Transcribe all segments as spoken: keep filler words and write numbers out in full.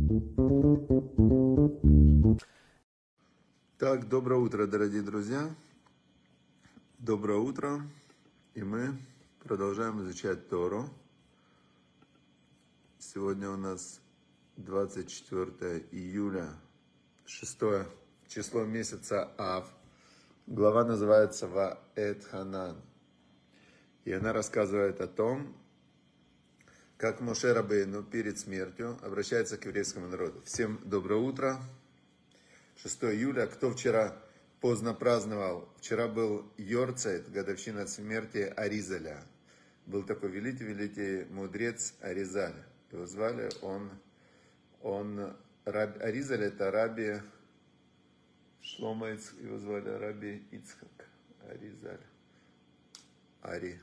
Так, доброе утро, дорогие друзья. Доброе утро. И мы продолжаем изучать Тору. Сегодня у нас двадцать четвёртое июля, шестое число месяца Ав. Глава называется Ваэт Ханан. И она рассказывает о том, как Моше Рабейну перед смертью обращается к еврейскому народу. Всем доброе утро. шестое июля. Кто вчера поздно праздновал? Вчера был Йорцайт, годовщина смерти Аризаля. Был такой великий-великий мудрец Аризаль. Его звали, он, он раб, Аризаль это раби Шломо, его звали раби Ицхак. Аризаль. Ари.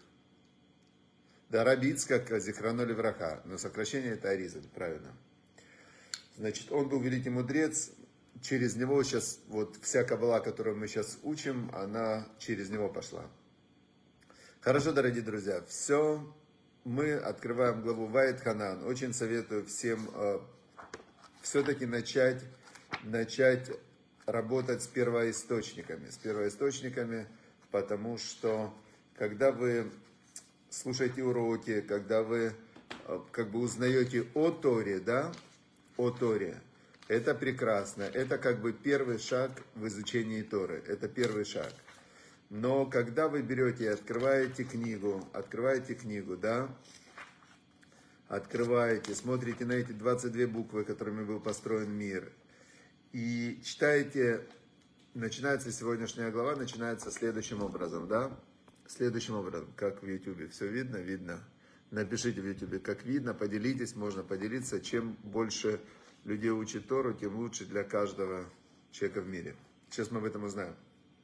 Да, раби Ицхак, Зихроно левраха, но сокращение это Аризаль, правильно. Значит, он был великий мудрец, через него сейчас, вот вся каббала, которую мы сейчас учим, она через него пошла. Хорошо, дорогие друзья, все, мы открываем главу Ваэт Ханан. Очень советую всем э, все-таки начать, начать работать с первоисточниками, с первоисточниками, потому что, когда вы слушаете уроки, когда вы э, как бы узнаете о Торе, да, о Торе, это прекрасно, это как бы первый шаг в изучении Торы, это первый шаг. Но когда вы берете и открываете книгу, открываете книгу, да, открываете, смотрите на эти двадцать две буквы, которыми был построен мир, и читаете, начинается сегодняшняя глава, начинается следующим образом, да, следующим образом, как в Ютубе, все видно? Видно. Напишите в Ютубе, как видно, поделитесь, можно поделиться, чем больше людей учат Тору, тем лучше для каждого человека в мире. Сейчас мы об этом узнаем.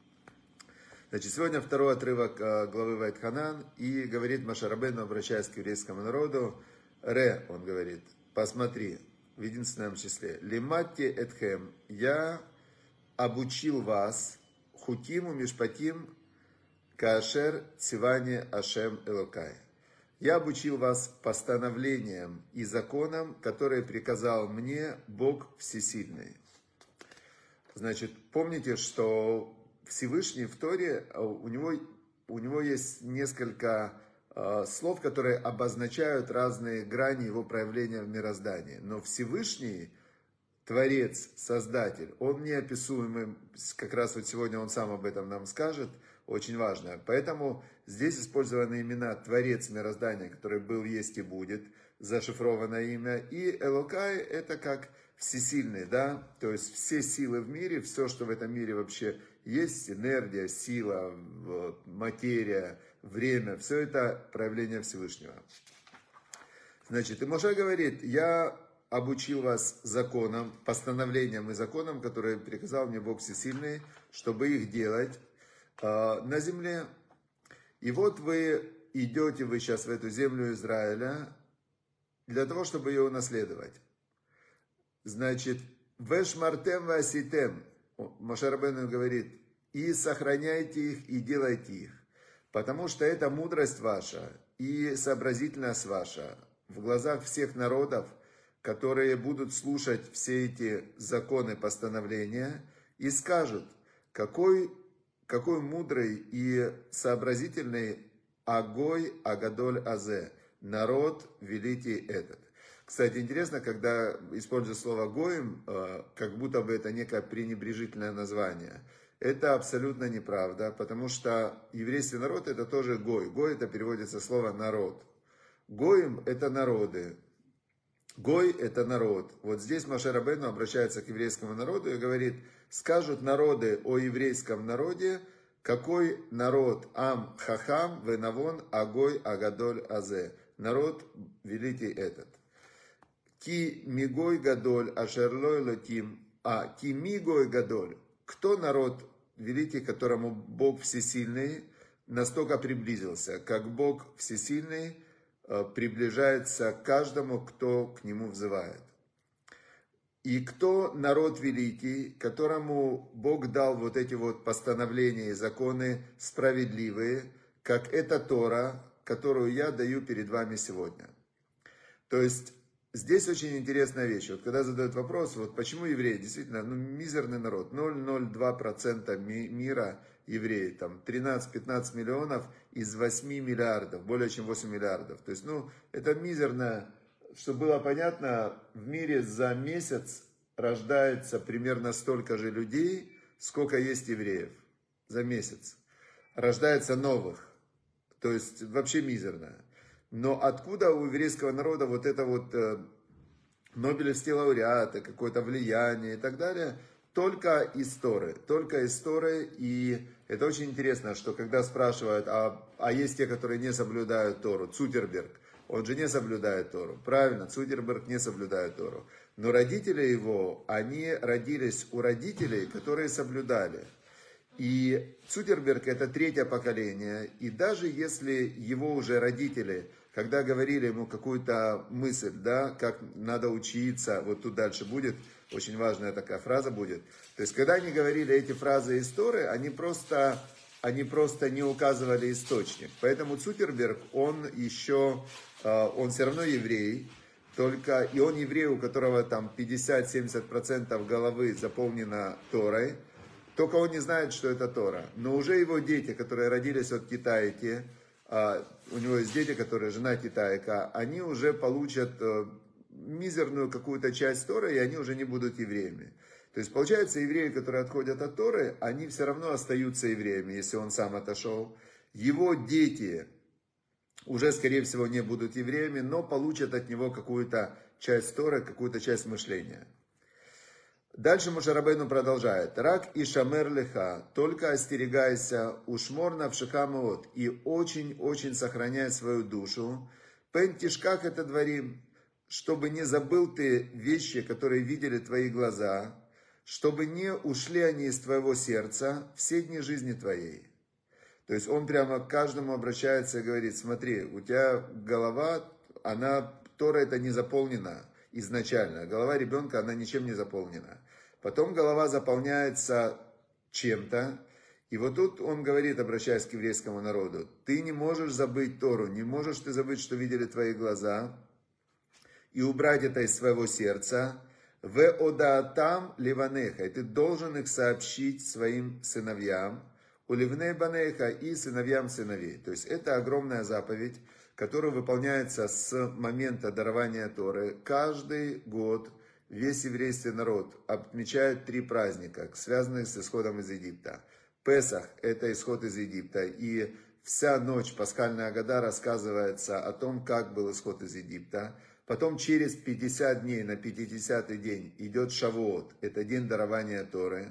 Значит, сегодня второй отрывок главы Ваэт Ханан, и говорит Моше Рабейну, обращаясь к еврейскому народу, Ре, он говорит, посмотри, в единственном числе, Лиматти этхем, я обучил вас, хутиму мишпатим, каашер цивани ашем элокай. Я обучил вас постановлениям и законам, которые приказал мне Бог Всесильный. Значит, помните, что Всевышний в Торе, у него, у него есть несколько э, слов, которые обозначают разные грани его проявления в мироздании. Но Всевышний, Творец, Создатель, он неописуемый, как раз вот сегодня он сам об этом нам скажет, очень важно. Поэтому здесь использованы имена Творец мироздания, который был, есть и будет, зашифрованное имя. И Элокай это как всесильный, да, то есть все силы в мире, все, что в этом мире вообще есть, энергия, сила, материя, время, все это проявление Всевышнего. Значит, и Моше говорит, я обучил вас законам, постановлениям и законам, которые приказал мне Бог Всесильный, чтобы их делать э, на земле. И вот вы идете вы сейчас в эту землю Израиля для того, чтобы ее унаследовать. Значит, вешмартем васитем, Моше Рабейну говорит, и сохраняйте их, и делайте их, потому что это мудрость ваша и сообразительность ваша в глазах всех народов, которые будут слушать все эти законы, постановления, и скажут, какой, какой мудрый и сообразительный Агой Агадоль Азе, народ великий этот. Кстати, интересно, когда используют слово «гоим», как будто бы это некое пренебрежительное название. Это абсолютно неправда, потому что еврейский народ это тоже «гой». «Гой» это переводится слово «народ». «Гоим» это народы. «Гой» это народ. Вот здесь Моше Рабейну обращается к еврейскому народу и говорит, скажут народы о еврейском народе, какой народ Ам Хахам Венавон Агой Агадоль Азе. Народ великий этот. Ки мигой гадоль ашерлой латим, а ки мигой гадоль. Кто народ великий, которому Бог Всесильный настолько приблизился, как Бог Всесильный приближается к каждому, кто к нему взывает. И кто народ великий, которому Бог дал вот эти вот постановления и законы справедливые, как эта Тора, которую я даю перед вами сегодня. То есть здесь очень интересная вещь. Вот когда задают вопрос, вот почему евреи, действительно, ну, мизерный народ, ноль целых ноль два процента ми мира евреи, там тринадцать-пятнадцать миллионов из восьми миллиардов, более чем восемь миллиардов. То есть, ну, это мизерно, чтобы было понятно, в мире за месяц рождается примерно столько же людей, сколько есть евреев за месяц. Рождается новых, то есть вообще мизерно. Но откуда у еврейского народа вот это вот э, нобелевские лауреаты, какое-то влияние и так далее? Только из Торы, только из Торы. И это очень интересно, что когда спрашивают, а, а есть те, которые не соблюдают Тору, Цукерберг, он же не соблюдает Тору. Правильно, Цукерберг не соблюдает Тору. Но родители его, они родились у родителей, которые соблюдали. И Цукерберг это третье поколение. И даже если его уже родители, когда говорили ему какую-то мысль, да, как надо учиться, вот тут дальше будет, очень важная такая фраза будет. То есть, когда они говорили эти фразы из Торы, они просто, они просто не указывали источник. Поэтому Цукерберг, он еще, он все равно еврей, только, и он еврей, у которого там пятьдесят-семьдесят процентов головы заполнено Торой, только он не знает, что это Тора. Но уже его дети, которые родились от китайки, у него есть дети, которые жена китайка, они уже получат мизерную какую-то часть Торы, и они уже не будут евреями. То есть, получается, евреи, которые отходят от Торы, они все равно остаются евреями, если он сам отошел. Его дети уже, скорее всего, не будут евреями, но получат от него какую-то часть Торы, какую-то часть мышления. Дальше Моше Рабейну продолжает. Рак и шамер леха, только остерегайся, ушмор навшиха меот, и очень-очень сохраняй свою душу. Пен тишках это дворим, чтобы не забыл ты вещи, которые видели твои глаза, чтобы не ушли они из твоего сердца все дни жизни твоей. То есть он прямо к каждому обращается и говорит, смотри, у тебя голова, она, Тора это не заполнена. Изначально. Голова ребенка, она ничем не заполнена. Потом голова заполняется чем-то. И вот тут он говорит, обращаясь к еврейскому народу, ты не можешь забыть Тору, не можешь ты забыть, что видели твои глаза, и убрать это из своего сердца. В одаатам ливанеха, и ты должен их сообщить своим сыновьям, у ливней банеха и сыновьям сыновей. То есть это огромная заповедь, которая выполняется с момента дарования Торы. Каждый год весь еврейский народ отмечает три праздника, связанных с исходом из Египта. Песах – это исход из Египта, и вся ночь пасхальная года рассказывается о том, как был исход из Египта. Потом через пятьдесят дней, на пятидесятый день, идет Шавуот, это день дарования Торы.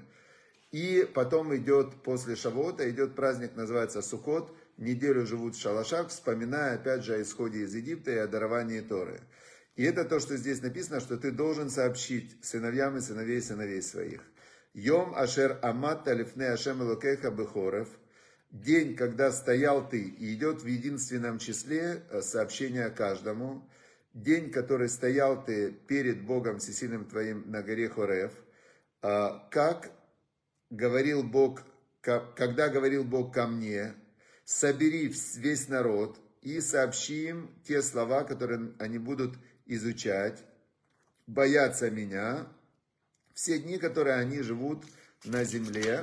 И потом идет, после Шавуота, идет праздник, называется Суккот. Неделю живут в шалашах, вспоминая опять же о исходе из Египта и о даровании Торы. И это то, что здесь написано, что ты должен сообщить сыновьям и сыновей сыновей своих. Йом ашер амат талифне ашем элокеха бехорев. День, когда стоял ты, и идет в единственном числе сообщение каждому. День, который стоял ты перед Богом всесильным твоим на горе Хорев. Как говорил Бог, когда говорил Бог ко мне, собери весь народ и сообщи им те слова, которые они будут изучать, бояться меня, все дни, которые они живут на земле,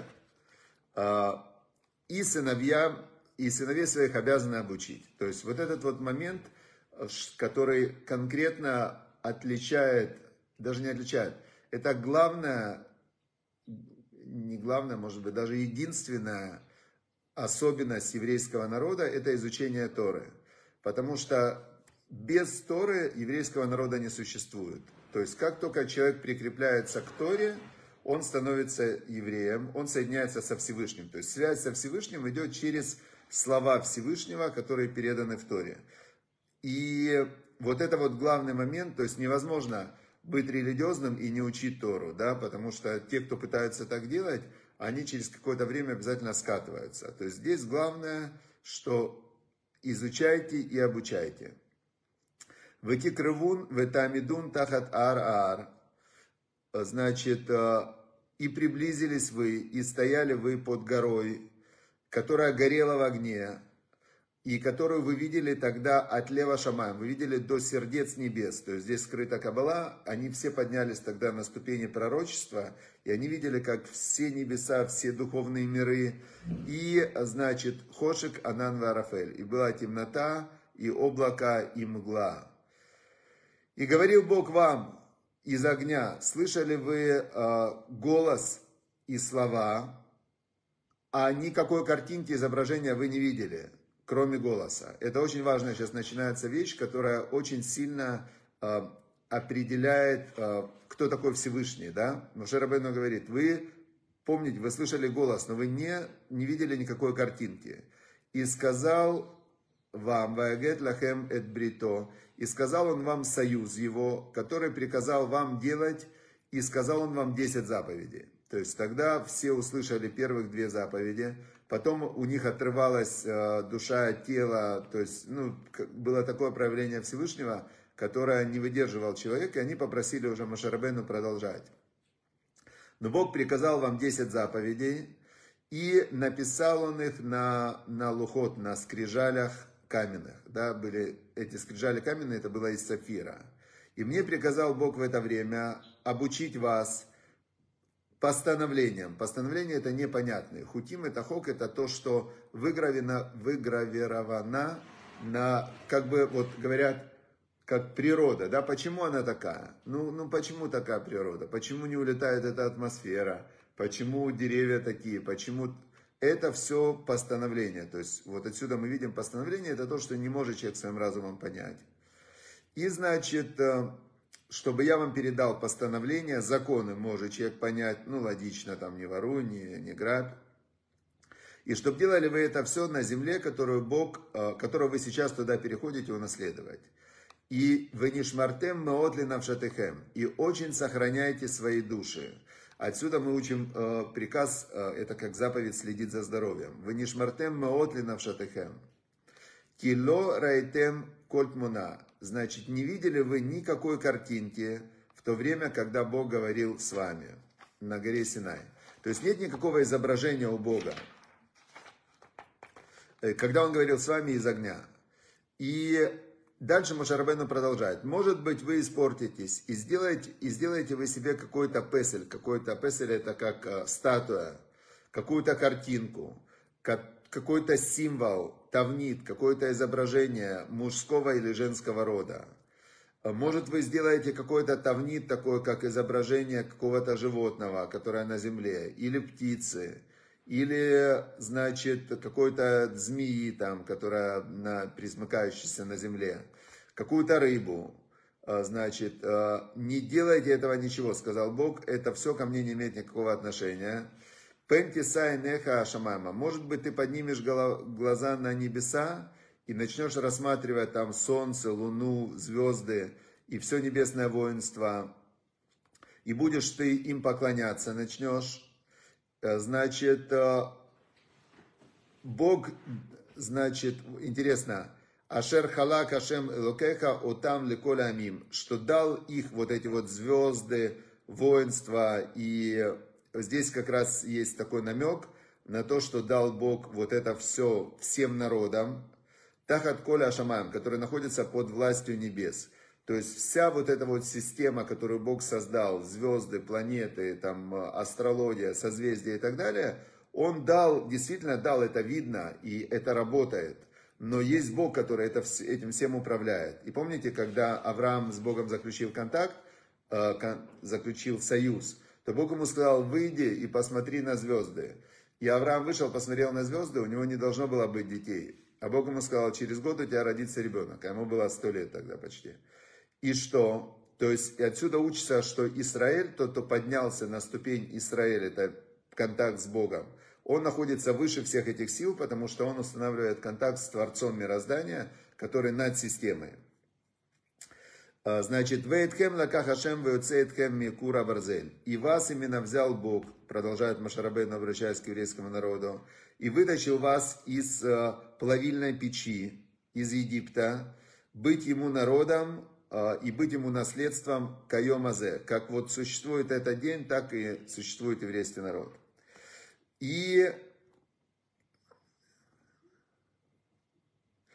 и сыновья, и сыновей своих обязаны обучить. То есть вот этот вот момент, который конкретно отличает, даже не отличает, это главное, не главное, может быть, даже единственное, особенность еврейского народа – это изучение Торы. Потому что без Торы еврейского народа не существует. То есть, как только человек прикрепляется к Торе, он становится евреем, он соединяется со Всевышним. То есть, связь со Всевышним идет через слова Всевышнего, которые переданы в Торе. И вот это вот главный момент, то есть, невозможно быть религиозным и не учить Тору, да, потому что те, кто пытаются так делать, они через какое-то время обязательно скатываются. То есть здесь главное, что изучайте и обучайте. Ватикрывун ветамидун тахат ар-ар. Значит, и приблизились вы, и стояли вы под горой, которая горела в огне. и которую вы видели тогда от Лева Шамаем, вы видели до сердец небес, то есть здесь скрыта Каббала, они все поднялись тогда на ступени пророчества, и они видели, как все небеса, все духовные миры, и, значит, Хошек, Анан, Варафель, и была темнота, и облако, и мгла. И говорил Бог вам из огня, слышали вы э, голос и слова, а никакой картинки, изображения вы не видели, кроме голоса. Это очень важная сейчас начинается вещь, которая очень сильно э, определяет, э, кто такой Всевышний. Да? Моше Рабейну говорит, вы помните, вы слышали голос, но вы не, не видели никакой картинки. И сказал вам, «Ваягет лахем эт брито», и сказал он вам союз его, который приказал вам делать, и сказал он вам десять заповедей. То есть тогда все услышали первых две заповеди, потом у них отрывалась э, душа от тела, то есть ну, было такое проявление Всевышнего, которое не выдерживал человек, и они попросили уже Моше Рабейну продолжать. Но Бог приказал вам десять заповедей, и написал он их на, на лухот, на скрижалях каменных. Да, были эти скрижали каменные, это было из сафира. И мне приказал Бог в это время обучить вас постановлениям. Постановления это непонятные. Хутим это хок, это то, что выгравировано, выгравировано на, как бы вот говорят, как природа. Да? Почему она такая? Ну, ну почему такая природа? Почему не улетает эта атмосфера? Почему деревья такие? Почему... Это все постановление. То есть вот отсюда мы видим постановление, это то, что не может человек своим разумом понять. И значит, чтобы я вам передал постановление, законы может человек понять, ну логично, там не воруй, не, не грабь. И чтобы делали вы это все на земле, которую Бог, которую вы сейчас туда переходите унаследовать. И вы не шмартем меот ленавшатехем, и очень сохраняйте свои души. Отсюда мы учим э, приказ, э, это как заповедь следить за здоровьем. Вы не шмартем меот ленавшатехем. Кило райтем кольтмуна. Значит, не видели вы никакой картинки в то время, когда Бог говорил с вами на горе Синай. То есть нет никакого изображения у Бога, когда Он говорил с вами из огня. И дальше Моше Рабейну продолжает. Может быть, вы испортитесь и сделаете, и сделаете вы себе какой-то песель. Какой-то песель это как э, статуя, какую-то картинку, как, какой-то символ, тавнит, какое-то изображение мужского или женского рода. Может, вы сделаете какой-то тавнит, такое как изображение какого-то животного, которое на земле, или птицы, или, значит, какой-то змеи, там, которая на, присмыкающаяся на земле, какую-то рыбу. Значит, не делайте этого ничего, сказал Бог, это все ко мне не имеет никакого отношения. Пентисай неха шамайма. Может быть, ты поднимешь глаза на небеса и начнешь рассматривать там солнце, луну, звезды и все небесное воинство. И будешь ты им поклоняться, начнешь. Значит, Бог, значит, интересно, Ашер халак Ашем элокеха отам леколь амим, что дал их вот эти вот звезды, воинства, и здесь как раз есть такой намек на то, что дал Бог вот это все всем народам, тахат коля ашамаем, который находится под властью небес. То есть вся вот эта вот система, которую Бог создал, звезды, планеты, там, астрология, созвездия и так далее, Он дал, действительно дал, это видно, и это работает. Но есть Бог, который это, этим всем управляет. И помните, когда Авраам с Богом заключил контакт, заключил союз, то Бог ему сказал, выйди и посмотри на звезды. И Авраам вышел, посмотрел на звезды, у него не должно было быть детей. А Бог ему сказал, через год у тебя родится ребенок. А ему было сто лет тогда почти. И что? То есть отсюда учится, что Израиль, тот, кто поднялся на ступень Израиль, это контакт с Богом, он находится выше всех этих сил, потому что он устанавливает контакт с Творцом мироздания, который над системой. Значит, «Вейтхем лаках Ашем веоцейтхем микура барзель». И вас именно взял Бог, продолжает Моше Рабейну, обращаясь к еврейскому народу, и вытащил вас из плавильной печи, из Египта, быть ему народом, и быть ему наследством кайомазе. Как вот существует этот день, так и существует еврейский народ. И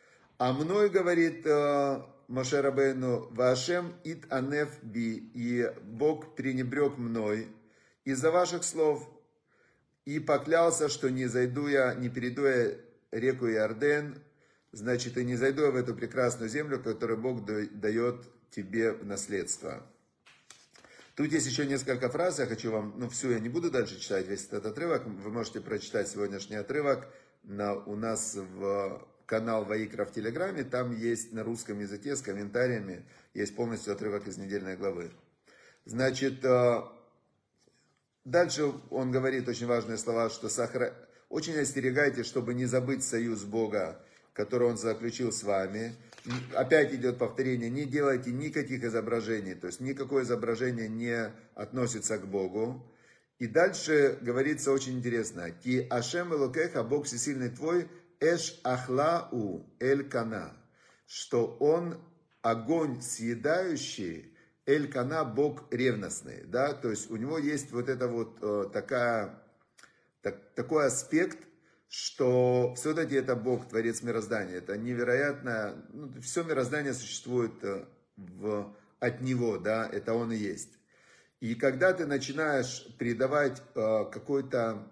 А мной, говорит Моше Рабейну, Вашем ит анеф би, и Бог пренебрег мной из-за ваших слов, и поклялся, что не зайду я, не перейду я реку Иорден, значит, и не зайду я в эту прекрасную землю, которую Бог дает тебе в наследство. Тут есть еще несколько фраз, я хочу вам, ну все, я не буду дальше читать весь этот отрывок, вы можете прочитать сегодняшний отрывок на, у нас в канал Ваикра в Телеграме, там есть на русском языке с комментариями, есть полностью отрывок из недельной главы. Значит, дальше он говорит очень важные слова, что сохра... очень остерегайтесь, чтобы не забыть союз Бога, который он заключил с вами. Опять идет повторение, не делайте никаких изображений, то есть никакое изображение не относится к Богу. И дальше говорится очень интересно. Ки Ашем Элокеха, Бог всесильный твой, Эш Ахлау Эль Кана, что он огонь съедающий, Эль Кана, Бог ревностный. Да? То есть у него есть вот это вот э, такая, так, такой аспект, что все-таки это Бог, Творец мироздания. Это невероятно, ну, все мироздание существует в, от Него, да, это Он и есть. И когда ты начинаешь передавать э, какой-то,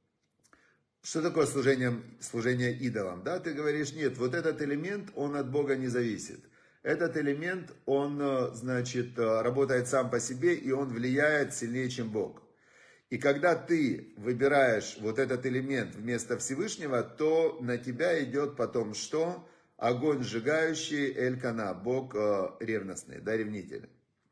что такое служение, служение идолам, да, ты говоришь, нет, вот этот элемент, он от Бога не зависит. Этот элемент, он, значит, работает сам по себе, и он влияет сильнее, чем Бог. И когда ты выбираешь вот этот элемент вместо Всевышнего, то на тебя идет потом что? Огонь сжигающий, Эль-Кана, Бог э, ревностный, да, ревнитель.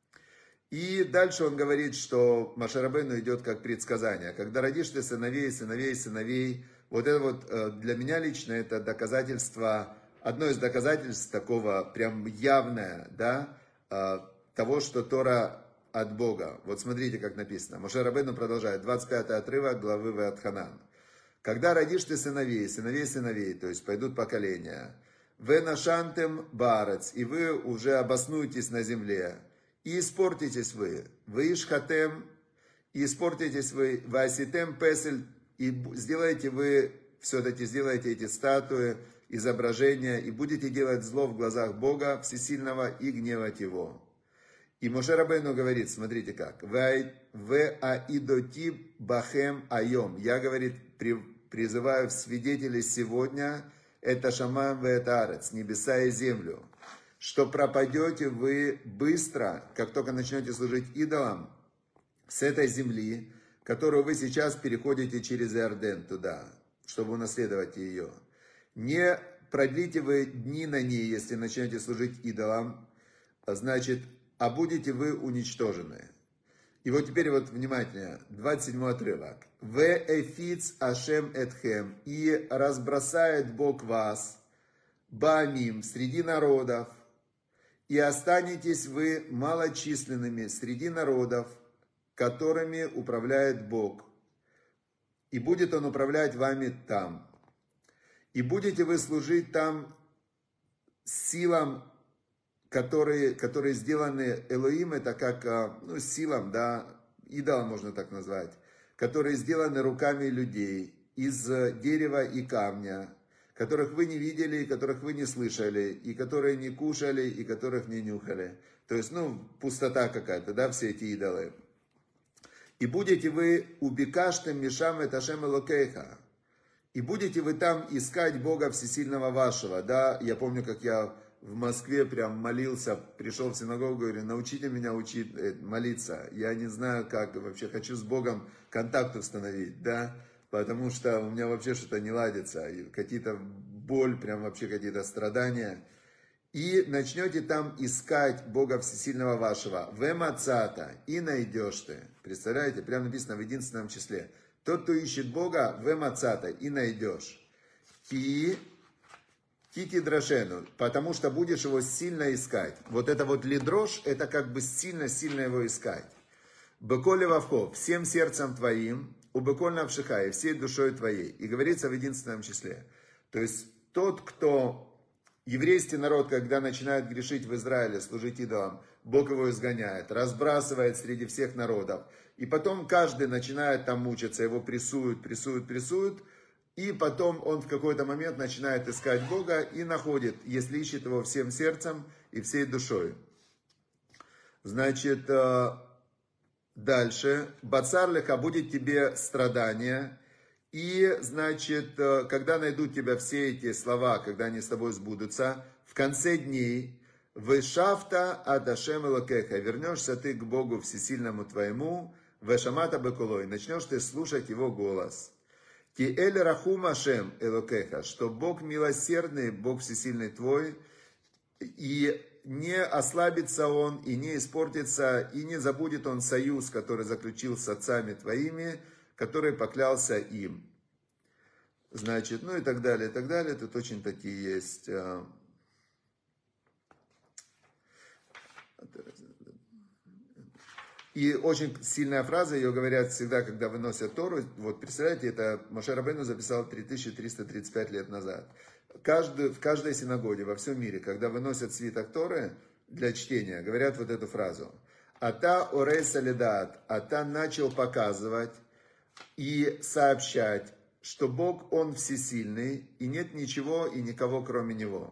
И дальше он говорит, что Моше Рабейну идет как предсказание. Когда родишь ты сыновей, сыновей, сыновей, вот это вот э, для меня лично это доказательство, одно из доказательств такого прям явное, да, э, того, что Тора от Бога. Вот смотрите, как написано. Моше Рабейну продолжает. двадцать пятый отрывок главы Ваэтханан. Когда родишь ты сыновей, сыновей сыновей, то есть пойдут поколения. Ве нашантем барец, и вы уже обоснуетесь на земле. И испортитесь вы. Вы ишхатем, и испортитесь вы. Васитем песель, и сделаете вы, все-таки сделаете эти статуи, изображения, и будете делать зло в глазах Бога Всесильного и гневать Его. И Моше Рабейну говорит, смотрите как, «Ве аидоти бахем айом». Я, говорит, призываю в свидетели сегодня, это шамам ве это арец, небеса и землю, что пропадете вы быстро, как только начнете служить идолам, с этой земли, которую вы сейчас переходите через Иорден туда, чтобы унаследовать ее. Не продлите вы дни на ней, если начнете служить идолам, значит, а будете вы уничтожены. И вот теперь вот внимательно, двадцать седьмой отрывок. «Ве эфиц ашем этхем», и разбросает Бог вас, баамим, среди народов, и останетесь вы малочисленными среди народов, которыми управляет Бог. И будет Он управлять вами там. И будете вы служить там силам, Которые, которые сделаны Элоим, это как, ну, силам, да, идолом можно так назвать, которые сделаны руками людей, из дерева и камня, которых вы не видели, которых вы не слышали, и которые не кушали, и которых не нюхали. То есть, ну, пустота какая-то, да, все эти идолы. И будете вы убекаштем мишам эт Ашем Элокейха, и будете вы там искать Бога Всесильного вашего, да, я помню, как я в Москве прям молился, пришел в синагогу, говорю, научите меня учить молиться. Я не знаю, как, вообще хочу с Богом контакт установить, да, потому что у меня вообще что-то не ладится, какие-то боль, прям вообще какие-то страдания. И начнете там искать Бога Всесильного вашего, вемацата, и найдешь ты. Представляете, прям написано в единственном числе. Тот, кто ищет Бога, вемацата, и найдешь. И... Кити драшену, потому что будешь его сильно искать. Вот это вот лидрош, это как бы сильно-сильно его искать. Беколе вавхо, всем сердцем твоим, у беколь навшиха, и всей душой твоей. И говорится в единственном числе. То есть тот, кто, еврейский народ, когда начинает грешить в Израиле, служить идолам, Бог его изгоняет, разбрасывает среди всех народов. И потом каждый начинает там мучиться, его прессуют, прессуют, прессуют. И потом он в какой-то момент начинает искать Бога и находит, если ищет его всем сердцем и всей душой. Значит, дальше. Бацар леха, будет тебе страдания. И, значит, когда найдут тебя все эти слова, когда они с тобой сбудутся, в конце дней, вешафта адашем элокеха, вернешься ты к Богу всесильному твоему, вешамата беколой, начнешь ты слушать его голос. Ки эль рахум ашем элокеха, что Бог милосердный, Бог всесильный твой, и не ослабится он, и не испортится, и не забудет он союз, который заключил с отцами твоими, который поклялся им. Значит, ну и так далее, и так далее. Тут очень такие есть... И очень сильная фраза, ее говорят всегда, когда выносят Тору. Вот представляете, это Моше Рабейну записал три тысячи триста тридцать пять лет назад. Каждый, в каждой синагоге во всем мире, когда выносят свиток Торы для чтения, говорят вот эту фразу. Ата орей салидат, Ата начал показывать и сообщать, что Бог, Он всесильный, и нет ничего и никого, кроме Него.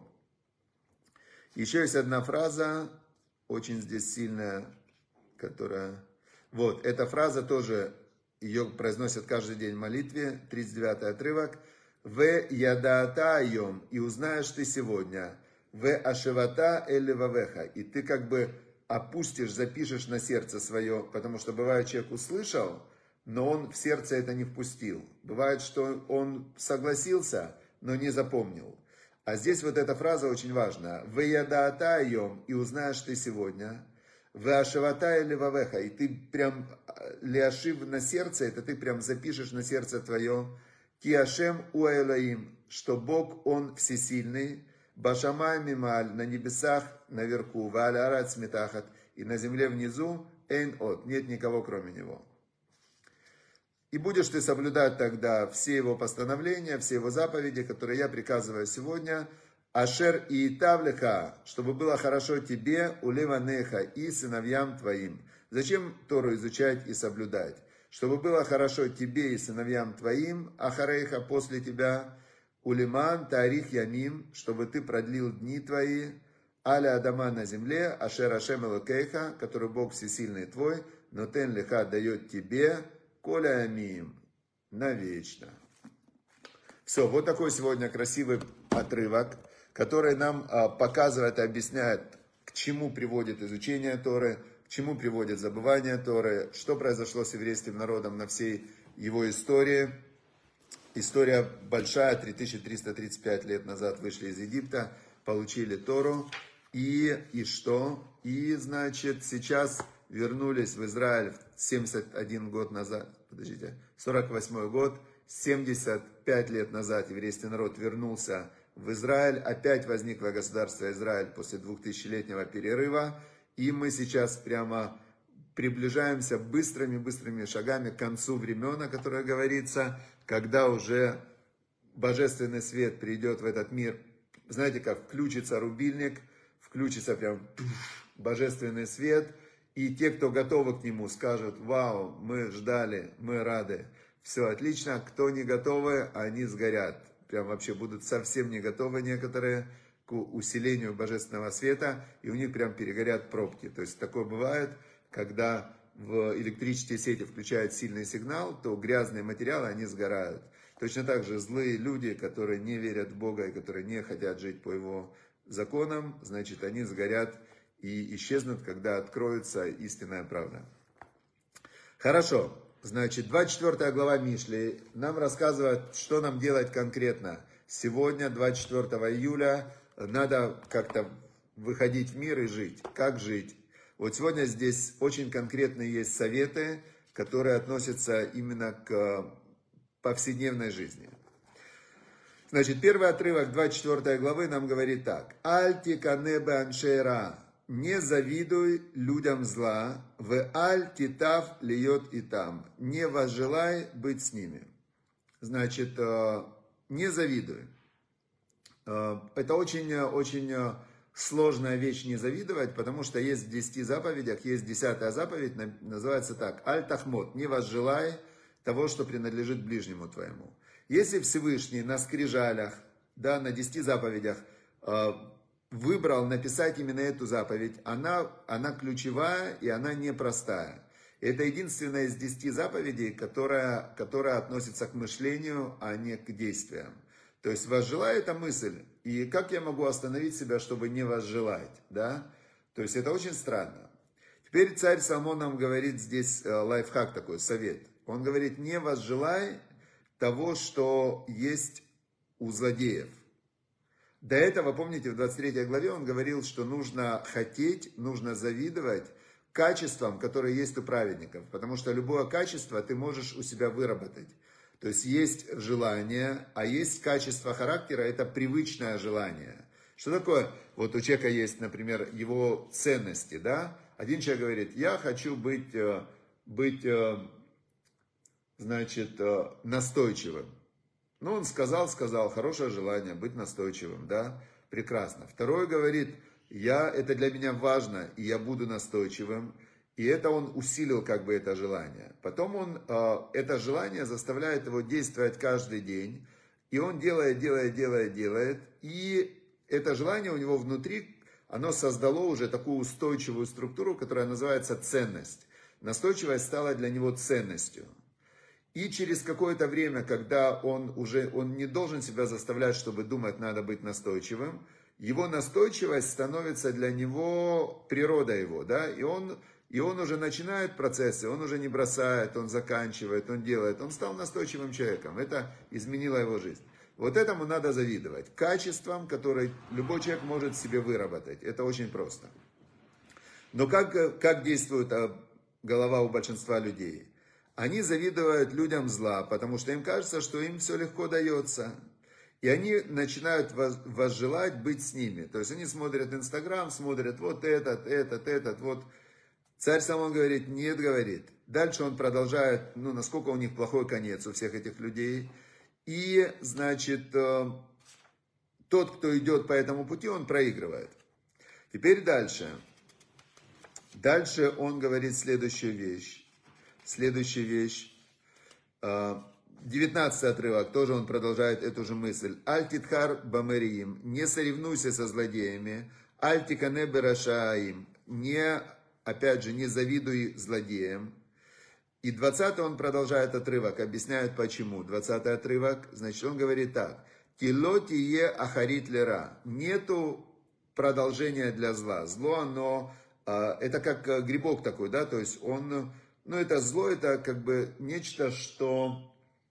Еще есть одна фраза, очень здесь сильная, которая... Вот, эта фраза тоже, ее произносят каждый день в молитве, тридцать девятый отрывок. В ядаата айом, и узнаешь ты сегодня, в ашевата элевавеха, и ты как бы опустишь, запишешь на сердце свое, потому что бывает, человек услышал, но он в сердце это не впустил. Бывает, что он согласился, но не запомнил. А здесь вот эта фраза очень важна. В ядаата айом, и узнаешь ты сегодня, в ашевата элевавеха, и ты прям, леашив на сердце, это ты прям запишешь на сердце твое, Киашем уэлаим, что Бог, Он всесильный, башамай мималь, на небесах наверху, ваалярат сметахат, и на земле внизу, эйн от, нет никого кроме Него. И будешь ты соблюдать тогда все Его постановления, все Его заповеди, которые я приказываю сегодня, ашер и тавлеха, чтобы было хорошо тебе, уливанеха и сыновьям твоим. Зачем Тору изучать и соблюдать? Чтобы было хорошо тебе и сыновьям твоим, ахарейха после тебя, улиман тарих ямим, чтобы ты продлил дни твои, аля адама на земле, ашер ашем элокейха, который Бог всесильный твой, но тен леха дает тебе, коля амим, навечно. Все, вот такой сегодня красивый отрывок, который нам показывает и объясняет, к чему приводит изучение Торы, к чему приводит забывание Торы, что произошло с еврейским народом на всей его истории. История большая, три тысячи триста тридцать пять лет назад вышли из Египта, получили Тору, и, и что? И, значит, сейчас вернулись в Израиль семьдесят один год назад, подождите, сорок восьмой год, семьдесят пять лет назад еврейский народ вернулся в Израиль, опять возникло государство Израиль после двухтысячелетнего перерыва, и мы сейчас прямо приближаемся быстрыми-быстрыми шагами к концу времен, о которой говорится, когда уже божественный свет придет в этот мир. Знаете, как включится рубильник, включится прям божественный свет, и те, кто готовы к нему, скажут: вау, мы ждали, мы рады, все отлично. Кто не готовы, они сгорят. Прям вообще будут совсем не готовы некоторые к усилению божественного света, и у них прям перегорят пробки. То есть такое бывает, когда в электрические сети включают сильный сигнал, то грязные материалы, они сгорают. Точно так же злые люди, которые не верят в Бога и которые не хотят жить по Его законам, значит, они сгорят и исчезнут, когда откроется истинная правда. Хорошо. Значит, двадцать четвёртая глава Мишли нам рассказывает, что нам делать конкретно. Сегодня, двадцать четвёртого июля, надо как-то выходить в мир и жить. Как жить? Вот сегодня здесь очень конкретные есть советы, которые относятся именно к повседневной жизни. Значит, первый отрывок двадцать четвёртой главы нам говорит так. «Аль тиканебе аншейра». Не завидуй людям зла, в аль титав льет и там. Не возжелай быть с ними. Значит, не завидуй. Это очень-очень сложная вещь не завидовать, потому что есть в десяти заповедях, есть десятая заповедь, называется так. Аль тахмот, не возжелай того, что принадлежит ближнему твоему. Если Всевышний на скрижалях, да, на десяти заповедях э, выбрал написать именно эту заповедь, она, она ключевая и она непростая. Это единственная из десяти заповедей, которая, которая относится к мышлению, а не к действиям. То есть возжелай — это мысль. И как я могу остановить себя, чтобы не возжелать? Да? То есть это очень странно. Теперь царь Соломон нам говорит здесь лайфхак такой, совет. Он говорит: не возжелай того, что есть у злодеев. До этого, помните, в двадцать третьей главе он говорил, что нужно хотеть, нужно завидовать качествам, которые есть у праведников. Потому что любое качество ты можешь у себя выработать. То есть есть желание, а есть качество характера, это привычное желание. Что такое? Вот у человека есть, например, его ценности, да? Один человек говорит: я хочу быть, быть, значит, настойчивым. Ну, он сказал, сказал, хорошее желание быть настойчивым, да? Прекрасно. Второй говорит: я, это для меня важно, и я буду настойчивым. И это он усилил как бы это желание. Потом он, э, это желание заставляет его действовать каждый день. И он делает, делает, делает, делает. И это желание у него внутри, оно создало уже такую устойчивую структуру, которая называется ценность. Настойчивость стала для него ценностью. И через какое-то время, когда он уже, он не должен себя заставлять, чтобы думать, надо быть настойчивым, его настойчивость становится для него природа его, да, и он... И он уже начинает процессы, он уже не бросает, он заканчивает, он делает. Он стал настойчивым человеком. Это изменило его жизнь. Вот этому надо завидовать. Качествам, которые любой человек может себе выработать. Это очень просто. Но как, как действует голова у большинства людей? Они завидуют людям зла, потому что им кажется, что им все легко дается. И они начинают возжелать быть с ними. То есть они смотрят Инстаграм, смотрят вот этот, этот, этот, вот... Царь Соломон говорит: нет, говорит. Дальше он продолжает, ну, насколько у них плохой конец у всех этих людей. И, значит, тот, кто идет по этому пути, он проигрывает. Теперь дальше. Дальше он говорит следующую вещь. Следующая вещь. девятнадцатый отрывок, тоже он продолжает эту же мысль. Аль-Титхар Бамериим, не соревнуйся со злодеями. Аль-Тикане Берашаим, не... Опять же, не завидуй злодеям. И двадцатый он продолжает отрывок, объясняет почему. двадцатый отрывок, значит, он говорит так. Кило тие ахарит лера. Нету продолжения для зла. Зло, оно, это как грибок такой, да, то есть он, ну, это зло, это как бы нечто, что...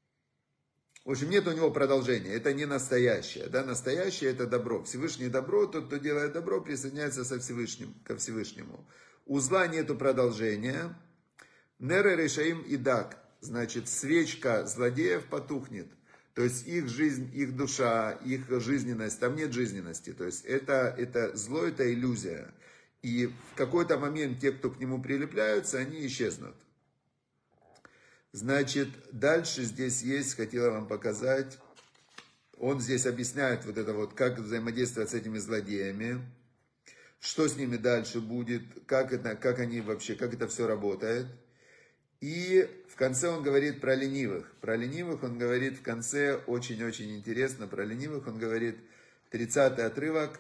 В общем, нет у него продолжения, это не настоящее, да, настоящее это добро. Всевышний добро, тот, кто делает добро, присоединяется со Всевышним, ко Всевышнему. У зла нету продолжения. Нере решаим идак. Значит, свечка злодеев потухнет. То есть их жизнь, их душа, их жизненность, там нет жизненности. То есть это, это зло, это иллюзия. И в какой-то момент те, кто к нему прилепляются, они исчезнут. Значит, дальше здесь есть, хотела вам показать. Он здесь объясняет вот это вот, как взаимодействовать с этими злодеями. Что с ними дальше будет, как, это, как они вообще, как это все работает. И в конце он говорит про ленивых. Про ленивых он говорит в конце, очень-очень интересно, про ленивых он говорит, тридцатый отрывок.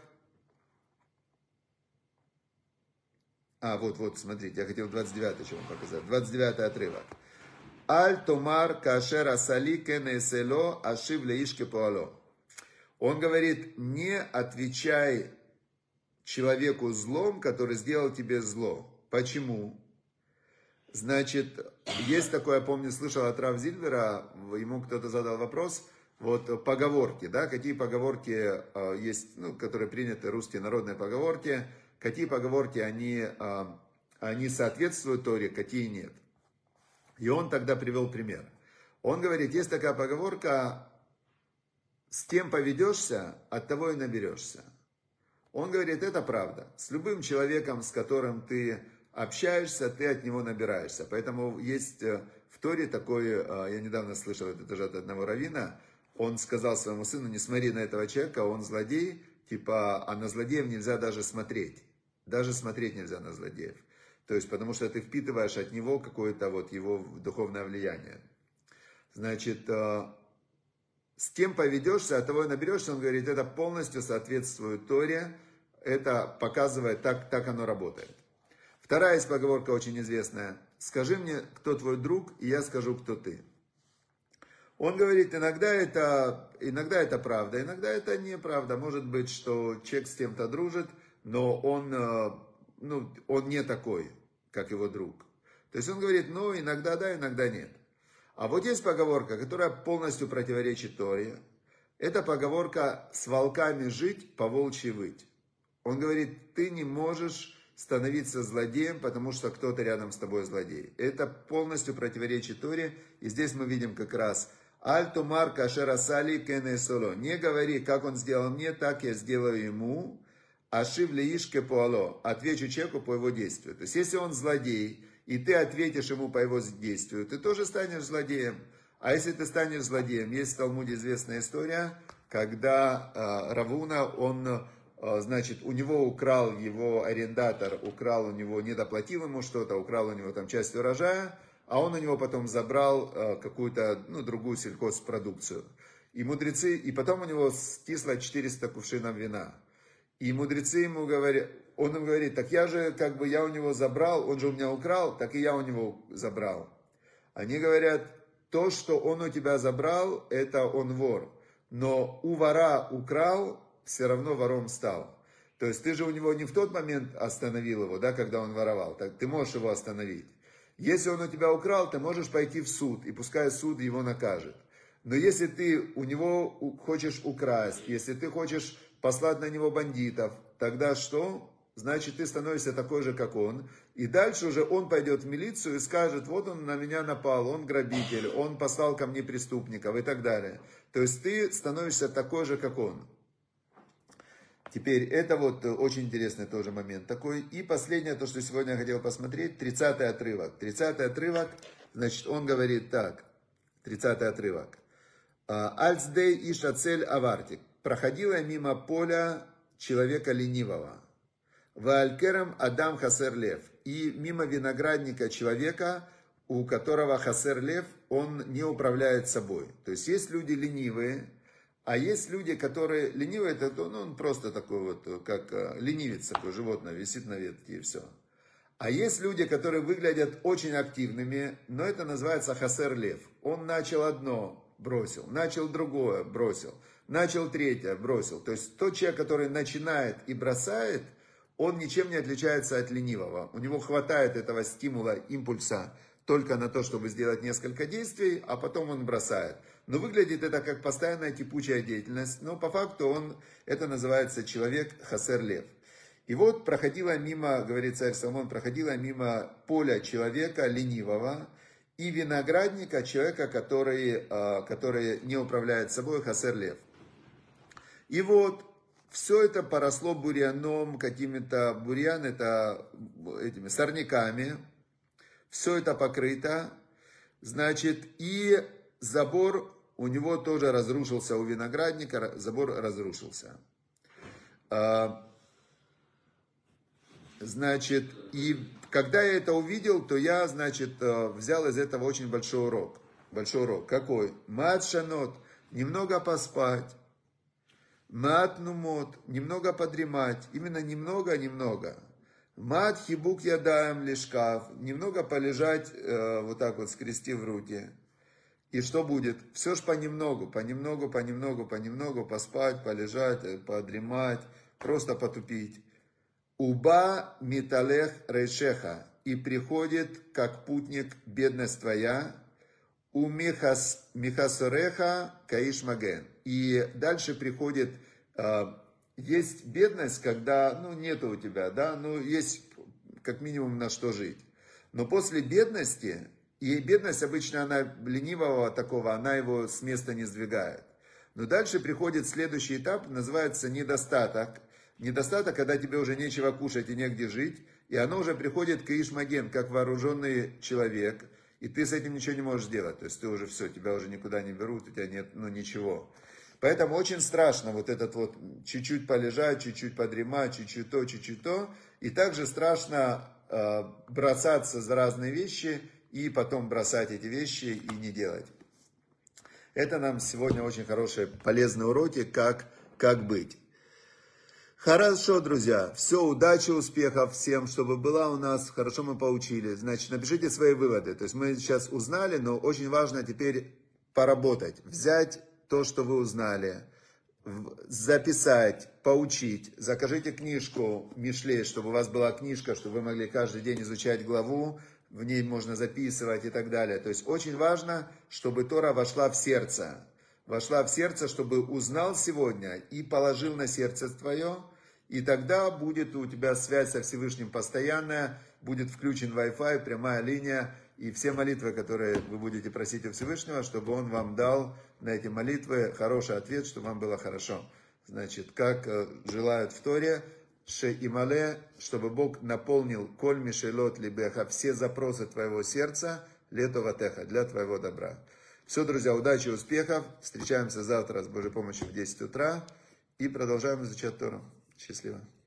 А, вот-вот, смотрите, я хотел двадцать девятый еще вам показать. двадцать девятый отрывок. Аль томар кашер асали кенесело ашив леишке поало. Он говорит: не отвечай человеку злом, который сделал тебе зло. Почему? Значит, есть такое, я помню, слышал от Рав Зильбера, ему кто-то задал вопрос, вот поговорки, да, какие поговорки э, есть, ну, которые приняты, русские народные поговорки, какие поговорки они, э, они соответствуют Торе, какие нет. И он тогда привел пример. Он говорит, есть такая поговорка: с кем поведешься, от того и наберешься. Он говорит, это правда. С любым человеком, с которым ты общаешься, ты от него набираешься. Поэтому есть в Торе такой, я недавно слышал это тоже от одного раввина, он сказал своему сыну: не смотри на этого человека, он злодей, типа, а на злодеев нельзя даже смотреть. Даже смотреть нельзя на злодеев. То есть, потому что ты впитываешь от него какое-то вот его духовное влияние. Значит, с кем поведешься, от того и наберешься. Он говорит, это полностью соответствует Торе, это показывает, так, так оно работает. Вторая есть поговорка очень известная. Скажи мне, кто твой друг, и я скажу, кто ты. Он говорит, иногда это, иногда это правда, иногда это неправда. Может быть, что человек с кем-то дружит, но он, ну, он не такой, как его друг. То есть он говорит, ну, иногда да, иногда нет. А вот есть поговорка, которая полностью противоречит Торе. Это поговорка «с волками жить, по волчьи выть». Он говорит, ты не можешь становиться злодеем, потому что кто-то рядом с тобой злодей. Это полностью противоречит Торе. И здесь мы видим как раз «Аль-тумар кашер асали кене соло». Не говори, как он сделал мне, так я сделаю ему. Ашив леишке пуало. Отвечу человеку по его действию. То есть, если он злодей, и ты ответишь ему по его действию, ты тоже станешь злодеем. А если ты станешь злодеем, есть в Талмуде известная история, когда э, Равуна, он... Значит, у него украл его арендатор, украл у него, не доплатил ему что-то, украл у него там часть урожая, а он у него потом забрал какую-то, ну, другую сельхозпродукцию. И мудрецы, и потом у него стисло четыреста кувшинов вина. И мудрецы ему говорят, он им говорит, так я же, как бы, я у него забрал, он же у меня украл, так и я у него забрал. Они говорят, то, что он у тебя забрал, это он вор. Но у вора украл, все равно вором стал. То есть ты же у него не в тот момент остановил его, да, когда он воровал. Так ты можешь его остановить. Если он у тебя украл, ты можешь пойти в суд, и пускай суд его накажет. Но если ты у него хочешь украсть, если ты хочешь послать на него бандитов, тогда что? Значит, ты становишься такой же, как он. И дальше уже он пойдет в милицию и скажет, вот он на меня напал, он грабитель, он послал ко мне преступников и так далее. То есть ты становишься такой же, как он. Теперь, это вот очень интересный тоже момент такой. И последнее, то, что сегодня я хотел посмотреть, тридцатый отрывок. тридцатый отрывок, значит, он говорит так, тридцатый отрывок. Альцдей иш ацель авартик. Проходила мимо поля человека ленивого. Ваалькерам адам хасер лев. И мимо виноградника человека, у которого хасер лев, он не управляет собой. То есть, есть люди ленивые, а есть люди, которые ленивые, это ну, он просто такой вот, как ленивец, такое животное, висит на ветке и все. А есть люди, которые выглядят очень активными, но это называется хасер лев. Он начал одно, бросил, начал другое, бросил, начал третье, бросил. То есть тот человек, который начинает и бросает, он ничем не отличается от ленивого. У него хватает этого стимула, импульса только на то, чтобы сделать несколько действий, а потом он бросает. Но выглядит это как постоянная кипучая деятельность, но по факту он, это называется человек хасер лев. И вот проходила мимо, говорит царь Соломон, проходила мимо поля человека ленивого и виноградника человека, который, который не управляет собой, хасер лев. И вот все это поросло бурьяном, какими-то бурьян, это этими сорняками, все это покрыто, значит, и забор у него тоже разрушился, у виноградника забор разрушился. Значит, и когда я это увидел, то я, значит, взял из этого очень большой урок. Большой урок. Какой? Мат шанот, немного поспать. Мат нумот, немного подремать. Именно немного, немного. Мат хибук ядаем лишкав, немного полежать, э, вот так вот скрестив руки. И что будет? Все ж понемногу, понемногу, понемногу, понемногу, поспать, полежать, подремать, просто потупить. Уба миталех рейшеха, и приходит, как путник, бедность твоя, у михас, михасореха каиш маген. И дальше приходит... Э, Есть бедность, когда, ну, нету у тебя, да, ну, есть как минимум на что жить. Но после бедности, и бедность обычно, она ленивого такого, она его с места не сдвигает. Но дальше приходит следующий этап, называется недостаток. Недостаток, когда тебе уже нечего кушать и негде жить, и оно уже приходит к ишмаген, как вооруженный человек, и ты с этим ничего не можешь сделать. То есть ты уже все, тебя уже никуда не берут, у тебя нет, ну, ничего. Поэтому очень страшно вот этот вот чуть-чуть полежать, чуть-чуть подремать, чуть-чуть то, чуть-чуть то. И также страшно э, бросаться за разные вещи и потом бросать эти вещи и не делать. Это нам сегодня очень хорошие, полезные уроки, как, как быть. Хорошо, друзья. Все, удачи, успехов всем, чтобы была у нас, хорошо мы поучили. Значит, напишите свои выводы. То есть мы сейчас узнали, но очень важно теперь поработать. Взять то, что вы узнали, записать, поучить. Закажите книжку Мишлей, чтобы у вас была книжка, чтобы вы могли каждый день изучать главу. В ней можно записывать и так далее. То есть очень важно, чтобы Тора вошла в сердце. Вошла в сердце, чтобы узнал сегодня и положил на сердце твое. И тогда будет у тебя связь со Всевышним постоянная, будет включен Wi-Fi, прямая линия, и все молитвы, которые вы будете просить у Всевышнего, чтобы он вам дал на эти молитвы хороший ответ, чтобы вам было хорошо. Значит, как желают в Торе, ше имале, чтобы Бог наполнил коль мишелот либеха, все запросы твоего сердца, лето ватеха, для твоего добра. Все, друзья, удачи и успехов. Встречаемся завтра с Божьей помощью в десять утра и продолжаем изучать Тору. Счастливо.